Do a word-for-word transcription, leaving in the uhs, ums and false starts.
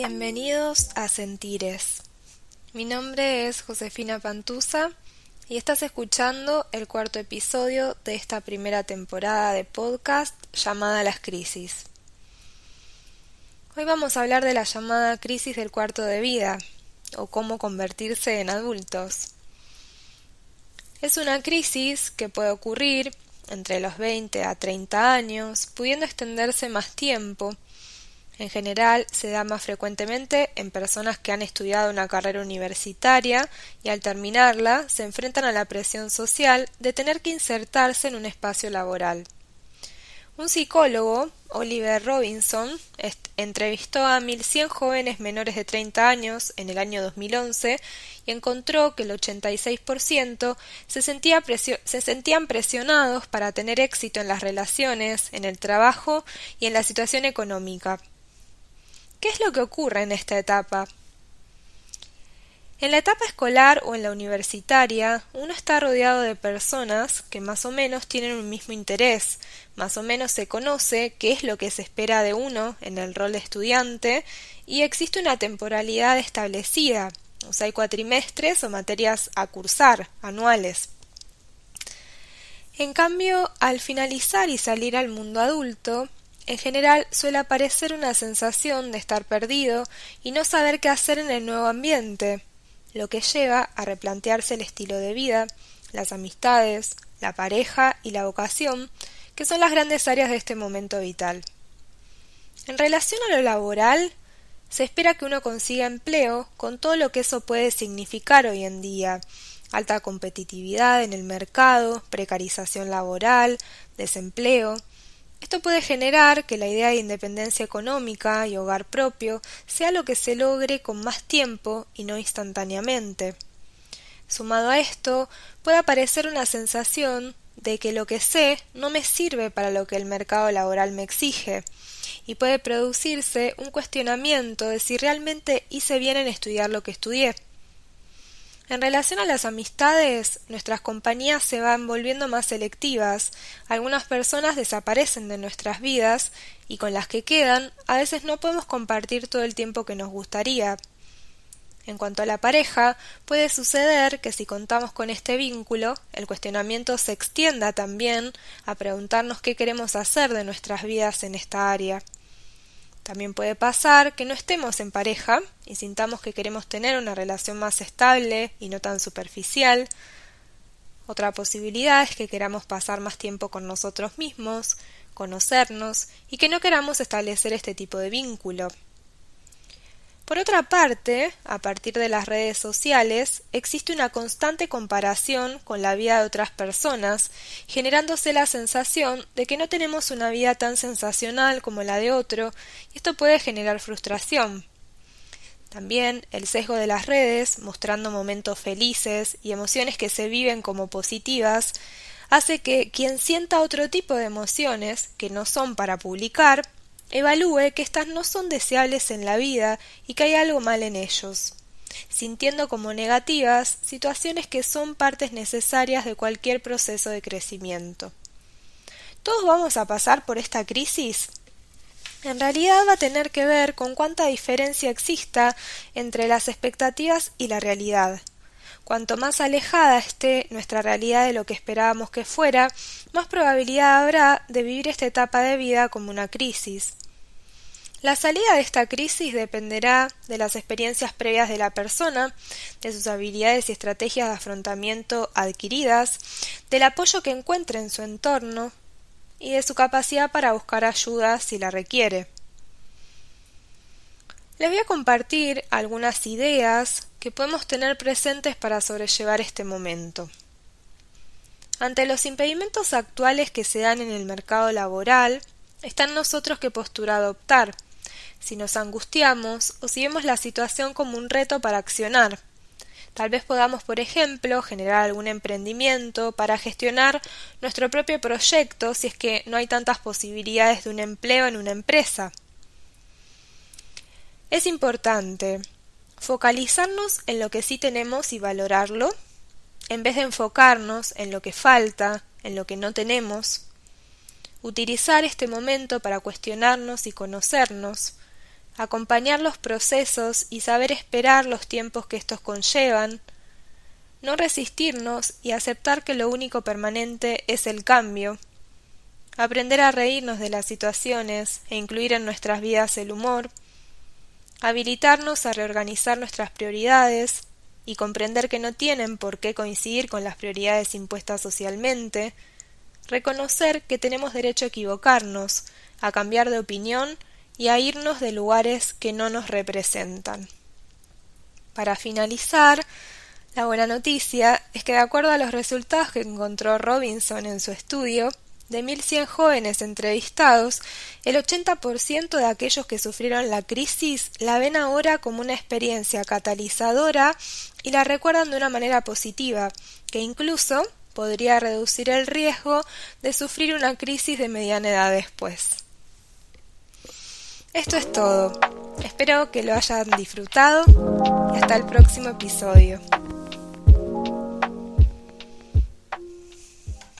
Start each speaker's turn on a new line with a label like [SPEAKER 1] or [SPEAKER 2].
[SPEAKER 1] Bienvenidos a Sentires. Mi nombre es Josefina Pantusa y estás escuchando el cuarto episodio de esta primera temporada de podcast llamada Las Crisis. Hoy vamos a hablar de la llamada crisis del cuarto de vida, o cómo convertirse en adultos. Es una crisis que puede ocurrir entre los veinte a treinta años, pudiendo extenderse más tiempo. En general, se da más frecuentemente en personas que han estudiado una carrera universitaria y al terminarla se enfrentan a la presión social de tener que insertarse en un espacio laboral. Un psicólogo, Oliver Robinson, entrevistó a mil cien jóvenes menores de treinta años en el año dos mil once y encontró que el ochenta y seis por ciento se, sentía presio- se sentían presionados para tener éxito en las relaciones, en el trabajo y en la situación económica. ¿Qué es lo que ocurre en esta etapa? En la etapa escolar o en la universitaria, uno está rodeado de personas que más o menos tienen un mismo interés, más o menos se conoce qué es lo que se espera de uno en el rol de estudiante y existe una temporalidad establecida, o sea, hay cuatrimestres o materias a cursar, anuales. En cambio, al finalizar y salir al mundo adulto, en general suele aparecer una sensación de estar perdido y no saber qué hacer en el nuevo ambiente, lo que lleva a replantearse el estilo de vida, las amistades, la pareja y la vocación, que son las grandes áreas de este momento vital. En relación a lo laboral, se espera que uno consiga empleo con todo lo que eso puede significar hoy en día: alta competitividad en el mercado, precarización laboral, desempleo. Esto puede generar que la idea de independencia económica y hogar propio sea lo que se logre con más tiempo y no instantáneamente. Sumado a esto, puede aparecer una sensación de que lo que sé no me sirve para lo que el mercado laboral me exige, y puede producirse un cuestionamiento de si realmente hice bien en estudiar lo que estudié. En relación a las amistades, nuestras compañías se van volviendo más selectivas, algunas personas desaparecen de nuestras vidas y con las que quedan a veces no podemos compartir todo el tiempo que nos gustaría. En cuanto a la pareja, puede suceder que si contamos con este vínculo, el cuestionamiento se extienda también a preguntarnos qué queremos hacer de nuestras vidas en esta área. También puede pasar que no estemos en pareja y sintamos que queremos tener una relación más estable y no tan superficial. Otra posibilidad es que queramos pasar más tiempo con nosotros mismos, conocernos y que no queramos establecer este tipo de vínculo. Por otra parte, a partir de las redes sociales, existe una constante comparación con la vida de otras personas, generándose la sensación de que no tenemos una vida tan sensacional como la de otro, y esto puede generar frustración. También el sesgo de las redes, mostrando momentos felices y emociones que se viven como positivas, hace que quien sienta otro tipo de emociones, que no son para publicar, evalúe que éstas no son deseables en la vida y que hay algo mal en ellos, sintiendo como negativas situaciones que son partes necesarias de cualquier proceso de crecimiento. ¿Todos vamos a pasar por esta crisis? En realidad va a tener que ver con cuánta diferencia exista entre las expectativas y la realidad. Cuanto más alejada esté nuestra realidad de lo que esperábamos que fuera, más probabilidad habrá de vivir esta etapa de vida como una crisis. La salida de esta crisis dependerá de las experiencias previas de la persona, de sus habilidades y estrategias de afrontamiento adquiridas, del apoyo que encuentre en su entorno y de su capacidad para buscar ayuda si la requiere. Les voy a compartir algunas ideas que podemos tener presentes para sobrellevar este momento. Ante los impedimentos actuales que se dan en el mercado laboral, está en nosotros qué postura adoptar, si nos angustiamos o si vemos la situación como un reto para accionar. Tal vez podamos, por ejemplo, generar algún emprendimiento para gestionar nuestro propio proyecto si es que no hay tantas posibilidades de un empleo en una empresa. Es importante focalizarnos en lo que sí tenemos y valorarlo, en vez de enfocarnos en lo que falta, en lo que no tenemos. Utilizar este momento para cuestionarnos y conocernos, acompañar los procesos y saber esperar los tiempos que estos conllevan, no resistirnos y aceptar que lo único permanente es el cambio, aprender a reírnos de las situaciones e incluir en nuestras vidas el humor, habilitarnos a reorganizar nuestras prioridades y comprender que no tienen por qué coincidir con las prioridades impuestas socialmente, reconocer que tenemos derecho a equivocarnos, a cambiar de opinión y a irnos de lugares que no nos representan. Para finalizar, la buena noticia es que de acuerdo a los resultados que encontró Robinson en su estudio, de mil cien jóvenes entrevistados, el ochenta por ciento de aquellos que sufrieron la crisis la ven ahora como una experiencia catalizadora y la recuerdan de una manera positiva, que incluso podría reducir el riesgo de sufrir una crisis de mediana edad después. Esto es todo. Espero que lo hayan disfrutado y hasta el próximo episodio.